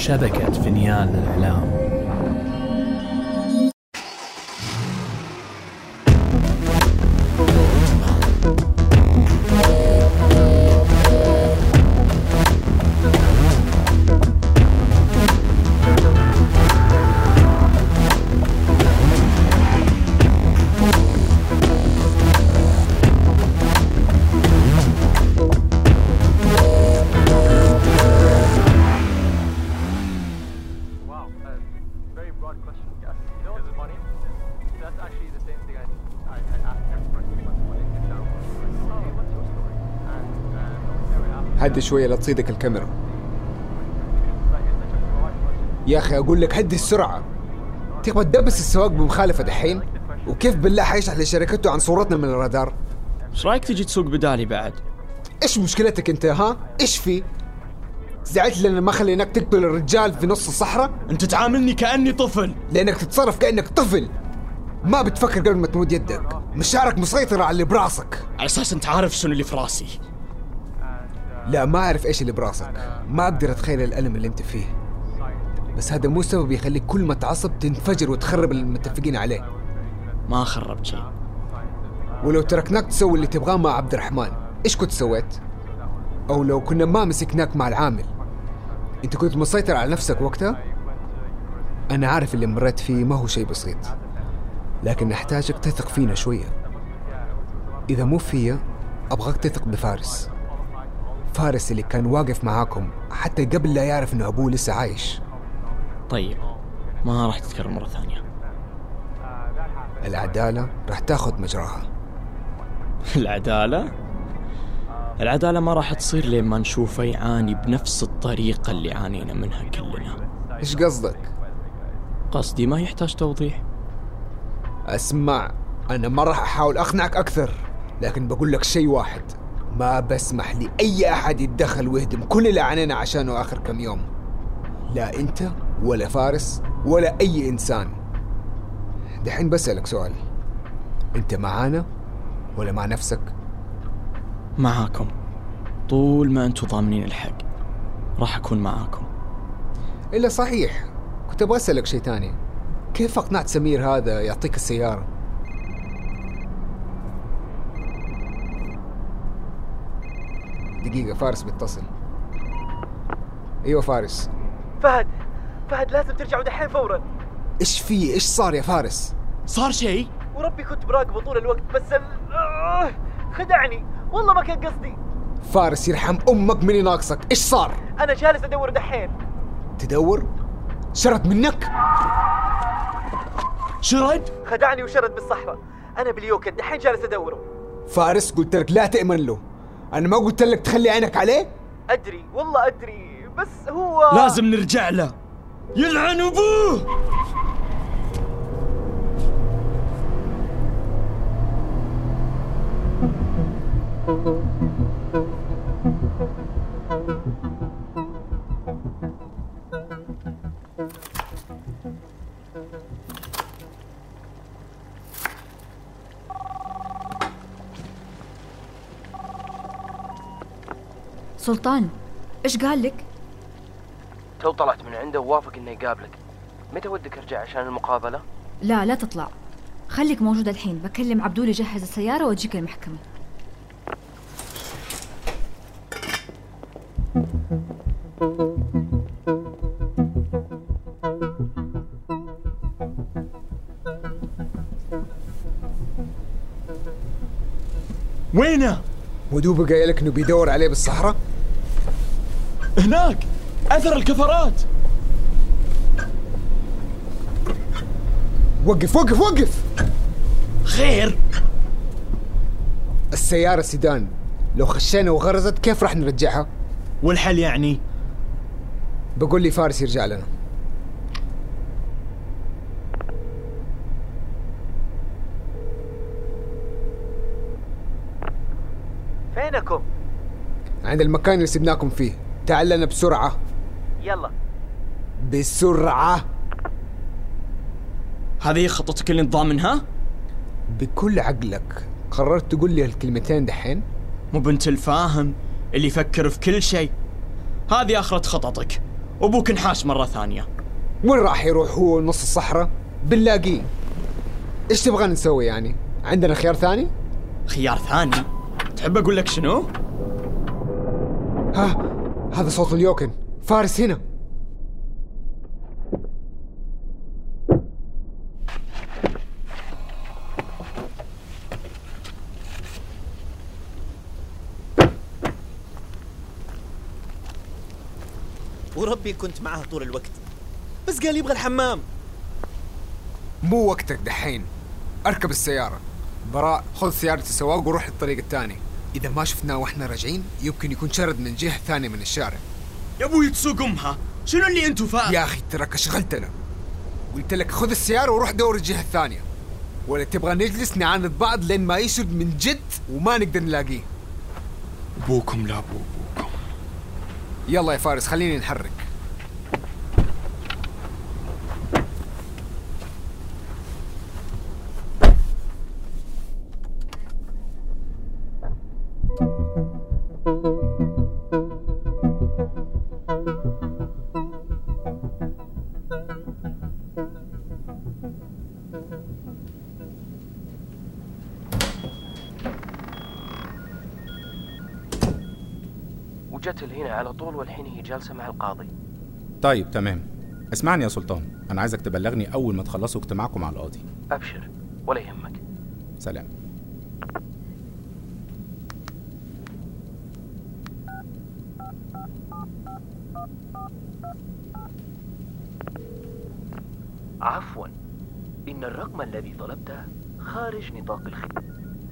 شبكة فينيان للإعلام. هدي شوية لا تصيدك الكاميرا يا أخي. أقول لك هدي السرعة. تبغى تدبس السواق بمخالفة دحين؟ وكيف بالله حيشرح لشركته عن صورتنا من الرادار؟ ايش رايك تجي تسوق بدالي بعد؟ إيش مشكلتك أنت ها؟ إيش في؟ زعلت لأن ما خليناك تقتل الرجال في نص الصحراء؟ أنت تعاملني كأني طفل. لأنك تتصرف كأنك طفل، ما بتفكر قبل ما تمد يدك. مشاعرك مسيطرة على اللي براسك. على أساس أنت عارف شنو اللي في راسي. لا، ما أعرف إيش اللي براسك. ما أقدر أتخيل الألم اللي أنت فيه، بس هذا مو سبب يخليك كل ما تعصب تنفجر وتخرب اللي متفقين عليه. ما خربت شيء. ولو تركناك تسوي اللي تبغاه مع عبد الرحمن، إيش كنت سويت؟ أو لو كنا ما مسكناك مع العامل، أنت كنت مسيطر على نفسك وقتها؟ أنا عارف اللي مريت فيه ما هو شيء بسيط، لكن نحتاجك تثق فينا شوية. إذا مو فيا أبغاك تثق بفارس. فارس اللي كان واقف معاكم حتى قبل لا يعرف إنه أبوه لسه عايش. طيب ما راح تتكرر مرة ثانية. العدالة راح تاخذ مجراها. العدالة ما راح تصير لين ما نشوفه يعاني بنفس الطريقة اللي عانينا منها كلنا. إيش قصدك؟ قصدي ما يحتاج توضيح. اسمع، أنا ما راح أحاول أقنعك أكثر، لكن بقول لك شيء واحد: ما بسمح لأي أحد يتدخل ويهدم كل اللي عانينا عشانه آخر كم يوم. لا أنت ولا فارس ولا أي إنسان. دحين بسألك سؤال: أنت معانا ولا مع نفسك؟ معاكم. طول ما أنتوا ضامنين الحق راح أكون معاكم. إلا صحيح، كنت أبغى أسألك شيء تاني. كيف أقنعت سمير هذا يعطيك السيارة؟ دقيقة، فارس بيتصل. أيوة فارس. فهد لازم ترجعوا دحين فورا. إيش في؟ إيش صار يا فارس؟ صار شيء؟ وربي كنت براقبه طول الوقت، بس خدعني والله ما كان قصدي. فارس يرحم أمك، مني ناقصك. إيش صار؟ أنا جالس أدور دحين. تدور؟ شرد منك؟ شرد؟ خدعني وشرد بالصحراء. أنا باليوكن دحين جالس أدوره. فارس قلت لك لا تأمن له. أنا ما قلت لك تخلي عينك عليه؟ أدري والله أدري، بس هو لازم نرجع له. يلعن أبوه. سلطان، إيش قال لك؟ تو طلعت من عنده ووافق إنه يقابلك. متى ودك أرجع عشان المقابلة؟ لا تطلع، خليك موجود الحين. بكلم عبدول يجهز السيارة وأجيك المحكمة. وينه؟ ودوبه قايل لك إنه بيدور عليه بالصحراء؟ هناك أثر الكفرات. وقف. خير؟ السيارة سيدان، لو خشينا وغرزت كيف راح نرجعها؟ والحل يعني؟ بقول لي فارس يرجع لنا. فينكم؟ عند المكان اللي سبناكم فيه. تعال لنا بسرعة. يلا بسرعة. هذه خطتك اللي نضامنها؟ بكل عقلك قررت تقول لي الكلمتين دحين؟ مو بنت الفاهم اللي يفكر في كل شيء. هذه آخرة خططك، وأبوك انحاش مرة ثانية. وين راح يروح هو نص الصحراء؟ بنلاقيه. إيش تبغى نسوي يعني؟ عندنا خيار ثاني؟ خيار ثاني؟ تحب أقول لك شنو؟ هذا صوت اليوكن. فارس هنا. وربي كنت معه طول الوقت، بس قال يبغى الحمام. مو وقتك دحين. اركب السيارة. براء، خذ سيارة السواق وروح الطريق الثاني. إذا ما شفناه وإحنا راجعين يمكن يكون شرد من جهة ثانية من الشارع. يا أبوي تسوق أمها، شنو اللي أنتو فاهم؟ يا أخي تراك شغلتنا. قلت لك خذ السيارة وروح دور الجهة الثانية، ولا تبغى نجلس نعاند بعض لين ما يشرد من جد وما نقدر نلاقيه؟ أبوكم لا أبوكم. يلا يا فارس خليني نحرك. وجت هنا على طول والحين هي جالسة مع القاضي. طيب تمام. اسمعني يا سلطان، أنا عايزك تبلغني أول ما تخلصوا اجتماعكم مع القاضي. أبشر ولا يهمك. سلام. عفوا، إن الرقم الذي طلبته خارج نطاق الخدمة.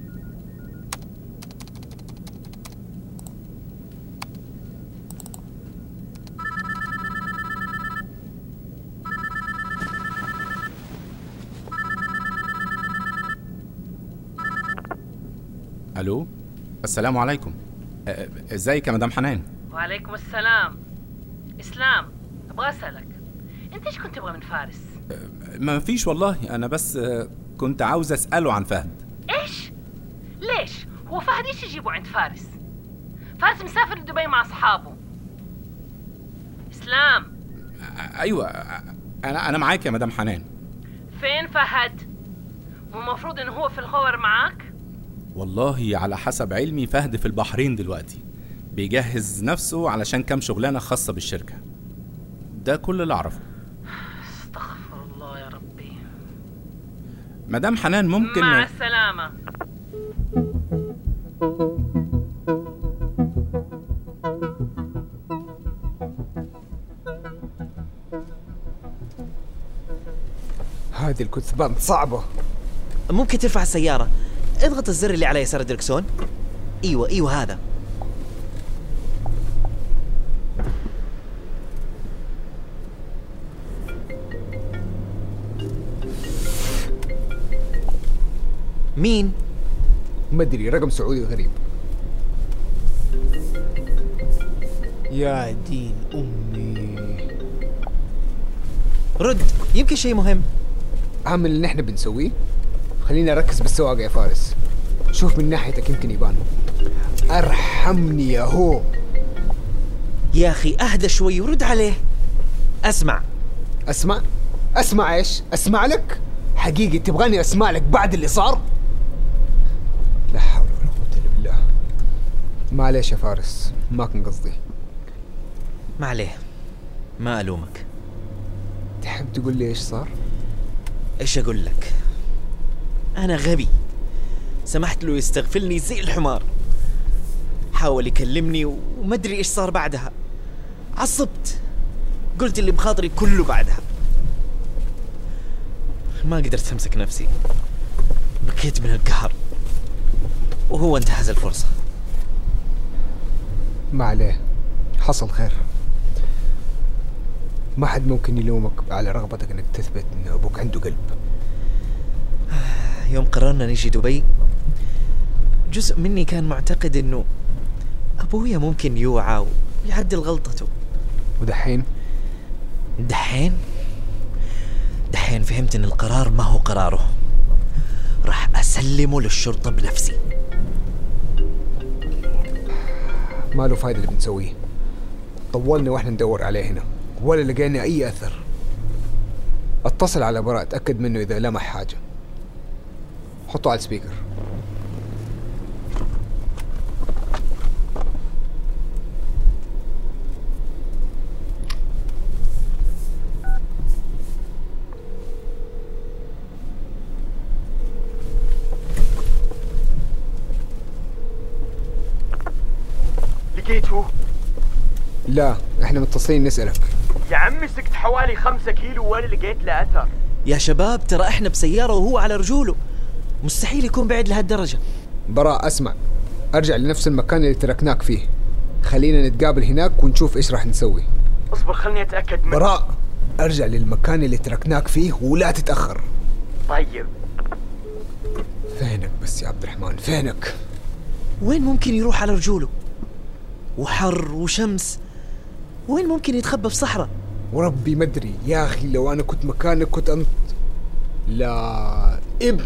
ألو، السلام عليكم. ازيك يا مدام حنان؟ وعليكم السلام. إسلام، أبغى أسألك، أنت إيش كنت تبغى من فارس؟ ما فيش والله، أنا بس كنت عاوز أسأله عن فهد. إيش؟ ليش؟ هو فهد إيش يجيبه عند فارس؟ فارس مسافر لدبي مع أصحابه. إسلام. أيوة، أنا معاك يا مدام حنان. فين فهد؟ مو المفروض إنه هو في الخور معاك؟ والله على حسب علمي فهد في البحرين دلوقتي، بيجهز نفسه علشان كام شغلانة خاصة بالشركة. ده كل اللي أعرفه. استغفر الله يا ربي. مدام حنان ممكن مع السلامة. هذه الكتبان صعبة. ممكن ترفع السيارة، اضغط الزر اللي على يسار الدركسون. ايوه هذا. مين؟ ما ادري، رقم سعودي غريب. يا دين امي. رد، يمكن شيء مهم. عامل اللي نحن بنسويه. خليني اركز بالسواقة يا فارس. شوف من ناحيتك يمكن يبان. ارحمني يا هو. يا اخي اهدى شوي ورد عليه. اسمع ايش؟ اسمع لك؟ حقيقي تبغاني اسمع لك بعد اللي صار؟ لا حول ولا قوة الا بالله. معليش يا فارس، ما كان قصدي. ما عليه، ما الومك. تحب تقول لي ايش صار؟ ايش اقول لك؟ انا غبي، سمحت له يستغفلني زي الحمار. حاول يكلمني وما ادري ايش صار بعدها. عصبت، قلت اللي بخاطري كله بعدها. ما قدرت امسك نفسي، بكيت من القهر وهو انتهز الفرصة. ما عليه، حصل خير. ما حد ممكن يلومك على رغبتك انك تثبت ان ابوك عنده قلب. يوم قررنا نيجي دبي، جزء مني كان معتقد انه ابويا ممكن يوعى ويعدل غلطته. ودحين فهمت ان القرار ما هو قراره. راح اسلمه للشرطة بنفسي. ما له فايدة اللي بنسويه. طولنا واحنا ندور عليه هنا. ولا لقينا أي أثر. اتصل على براء أتأكد منه إذا لمح حاجة. حطه على السبيكر. لقيته؟ لا، احنا متصلين نسألك. يا عمي سكت حوالي 5 كيلو ولا لقيت له أثر. يا شباب ترى احنا بسيارة وهو على رجوله، مستحيل يكون بعيد لهالدرجة. براء اسمع، ارجع لنفس المكان اللي تركناك فيه، خلينا نتقابل هناك ونشوف ايش راح نسوي. اصبر خلني اتأكد منه. براء ارجع للمكان اللي تركناك فيه ولا تتأخر. طيب. فينك بس يا عبد الرحمن، فينك؟ وين ممكن يروح على رجوله؟ وحر وشمس، وين ممكن يتخبى في صحراء؟ وربي مدري يا أخي، لو أنا كنت مكانك كنت أنت. لا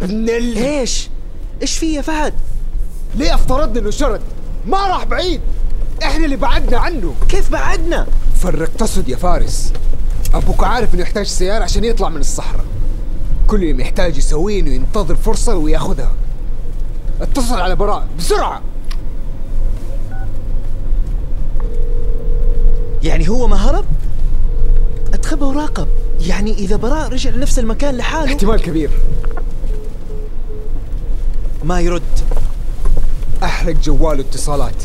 إيش فيه يا فهد؟ ليه افترضنا إنه شرد؟ ما راح بعيد، إحنا اللي بعدنا عنه. كيف بعدنا؟ فرق تصد يا فارس. أبوك عارف إنه يحتاج سيارة عشان يطلع من الصحراء. كل اللي محتاج يسويه إنه ينتظر فرصة وياخذها. اتصل على براء بسرعة. يعني هو ما هرب؟ اتخبى وراقب. يعني إذا براء رجع لنفس المكان لحاله احتمال كبير. ما يرد. أحرق جواله اتصالات.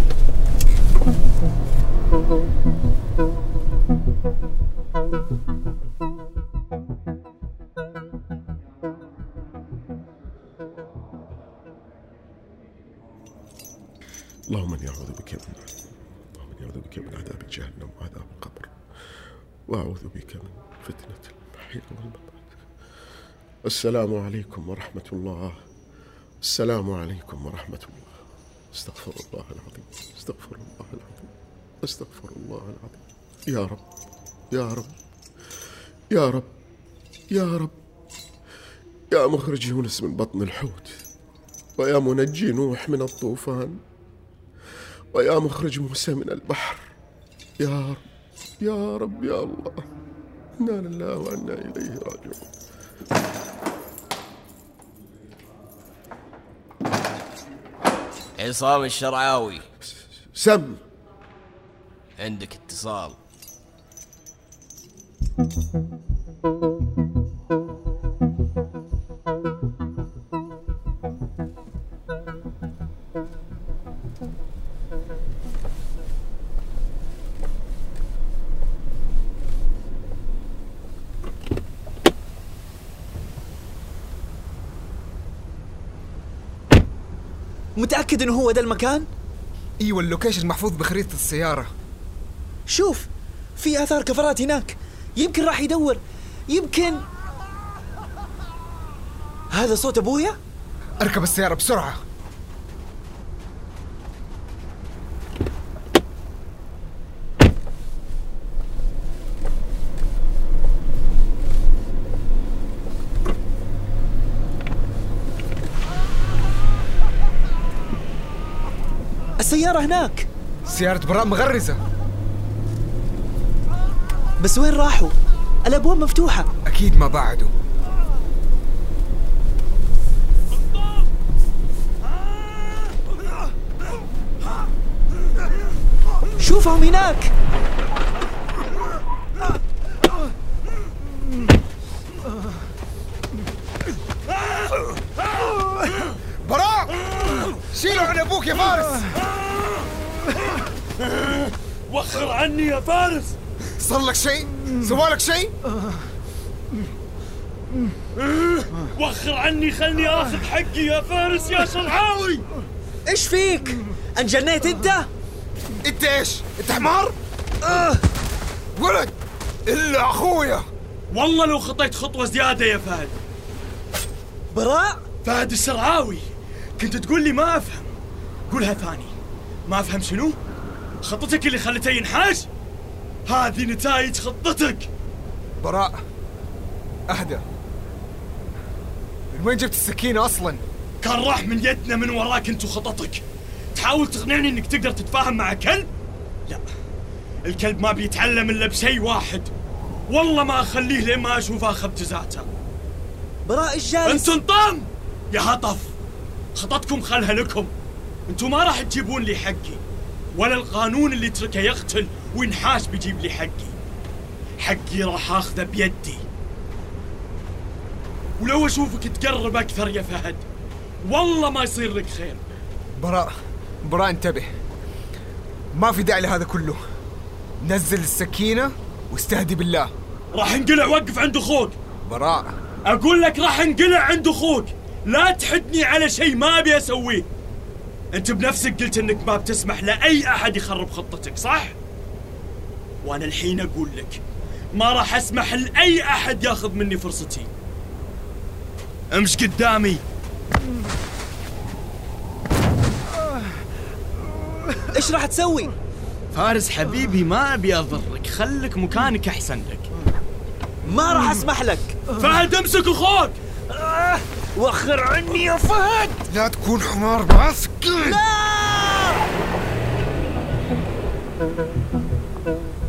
اللهم إني أعوذ بك من عذاب جهنم وعذاب القبر، وأعوذ بك من فتنة المحيا والممات. السلام عليكم ورحمة الله. السلام عليكم ورحمة الله. استغفر الله العظيم، استغفر الله العظيم، استغفر الله العظيم. يا رب يا رب يا رب يا رب، يا مخرج يونس من بطن الحوت، ويا منجي نوح من الطوفان، ويا مخرج موسى من البحر. يا رب يا رب يا الله، إنا لله وإنا إليه راجعون. عصام الشرعاوي، سم. عندك اتصال. متأكد إنه هو ده المكان؟ ايوه، اللوكيشن محفوظ بخريطة السيارة. شوف في آثار كفرات هناك، يمكن راح يدور. يمكن هذا صوت أبويا. اركب السيارة بسرعة. السيارة هناك. سيارة براء مغرزة. بس وين راحوا؟ الأبواب مفتوحة. أكيد ما بعدوا. شوفهم هناك. براء، شيلوا عن أبوك يا فارس. وخر عني يا فارس. صار لك شيء؟ سوالك شيء؟ وخر عني، خلني آخذ حقي يا فارس يا شرعاوي. إيش فيك؟ انجنيت أنت؟ أنت إيش؟ أنت حمار؟ ولد إلا أخويا. والله لو خطيت خطوة زيادة يا فهد. براء؟ فهد الشرعاوي، كنت تقول لي ما أفهم. قولها ثاني. ما أفهم شنو؟ خطتك اللي خلته ينحاش؟ هذه نتائج خطتك. براء أهدى. من وين جبت السكينة أصلاً؟ كان راح من يدنا من وراك أنت وخطتك. تحاول تقنعني إنك تقدر تتفاهم مع كلب؟ لا، الكلب ما بيتعلم إلا بشيء واحد، والله ما أخليه لين ما أشوف آخر جزاته. براء الجالس. أنت انطم يا هطف، خطتكم خلها لكم. أنتم ما راح تجيبون لي حقي، ولا القانون اللي يتركه يقتل وينحاش بيجيب لي حقي. حقي راح آخذه بيدي، ولو أشوفك تقرب أكثر يا فهد والله ما يصير لك خير. براء انتبه، ما في داعي لهذا كله. نزل السكينة واستهدي بالله. راح انقلع، وقف عند أخوك. براء أقول لك راح انقلع عند أخوك، لا تحدني على شيء ما أبي أسويه. أنت بنفسك قلت أنك ما بتسمح لأي أحد يخرب خطتك، صح؟ وأنا الحين أقول لك ما راح أسمح لأي أحد ياخذ مني فرصتي. امش قدامي. إيش راح تسوي؟ فارس حبيبي ما أبي أضرك، خلك مكانك أحسن لك. ما راح أسمح لك. فهد امسك أخوك. وخر عني يا فهد. لا تكون حمار بس. لا